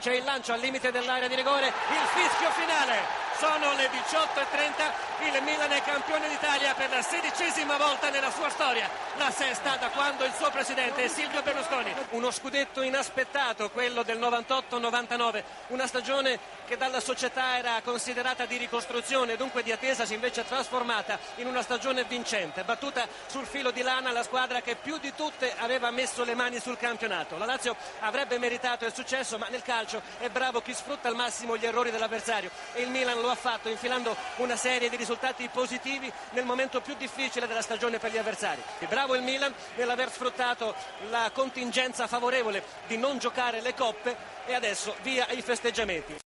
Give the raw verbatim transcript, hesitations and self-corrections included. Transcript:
c'è il lancio al limite dell'area di rigore, il fischio finale. Sono le diciotto e trenta, il Milan è campione d'Italia per la sedicesima volta nella sua storia, la sesta da quando il suo presidente è Silvio Berlusconi. Uno scudetto inaspettato, quello del novantotto novantanove, una stagione che dalla società era considerata di ricostruzione, dunque di attesa, si invece è trasformata in una stagione vincente, battuta sul filo di lana la squadra che più di tutte aveva messo le mani sul campionato. La Lazio avrebbe meritato il successo, ma nel calcio è bravo chi sfrutta al massimo gli errori dell'avversario, e il Milan lo ha fatto infilando una serie di risultati positivi nel momento più difficile della stagione per gli avversari. E bravo il Milan nell'aver sfruttato la contingenza favorevole di non giocare le coppe, e adesso via i festeggiamenti.